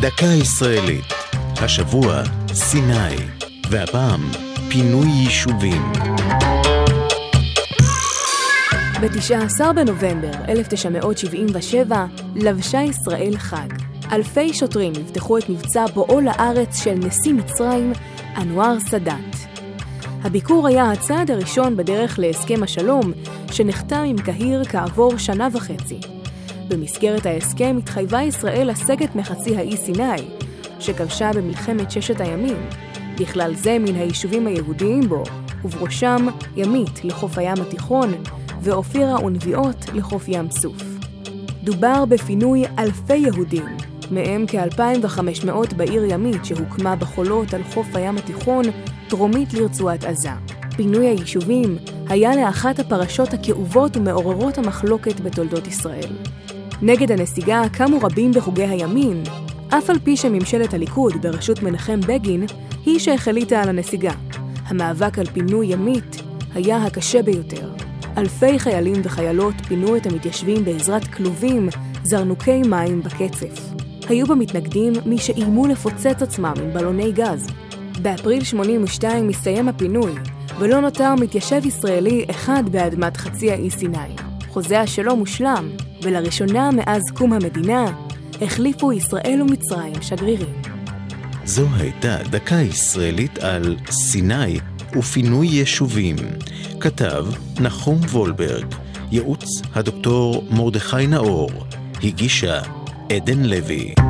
דקה ישראלית. השבוע סיני, והפעם פינוי יישובים. ב-19 בנובמבר 1977 לבשה ישראל חג. אלפי שוטרים יפתחו את מבצע בואו לארץ של נשיא מצרים אנואר סאדאת. הביקור היה הצעד הראשון בדרך להסכם השלום שנחתם עם קהיר כעבור שנה וחצי. במסגרת ההסכם התחייבה ישראל לסגת מחצי האי סיני, שכבשה במלחמת ששת הימים, בכלל זה מן היישובים היהודיים בו, ובראשם ימית לחוף הים התיכון, ואופירה ונביעות לחוף ים סוף. דובר בפינוי אלפי יהודים, מהם כ-2,500 בעיר ימית שהוקמה בחולות על חוף הים התיכון, דרומית לרצועת עזה. פינוי היישובים היה לאחת הפרשות הכאובות ומעוררות המחלוקת בתולדות ישראל. נגד הנסיגה קמו רבים בחוגי הימין, אף על פי שממשלת הליכוד בראשות מנחם בגין היא שהחליטה על הנסיגה. המאבק על פינוי ימית היה הקשה ביותר. אלפי חיילים וחיילות פינו את המתיישבים בעזרת כלובים, זרנוקי מים בקצף. היו במתנגדים מי שאיימו לפוצץ עצמם עם בלוני גז. באפריל 82 מסתיים הפינוי, ולא נותר מתיישב ישראלי אחד באדמת חצי האי סיני. חוזה השלום הושלם, ולראשונה מאז קום המדינה החליפו ישראל ומצרים שגרירים. זו הייתה דקה ישראלית על סיני ופינוי יישובים. כתב נחום וולברג, ייעוץ הדוקטור מרדכי נאור, הגישה עדן לוי.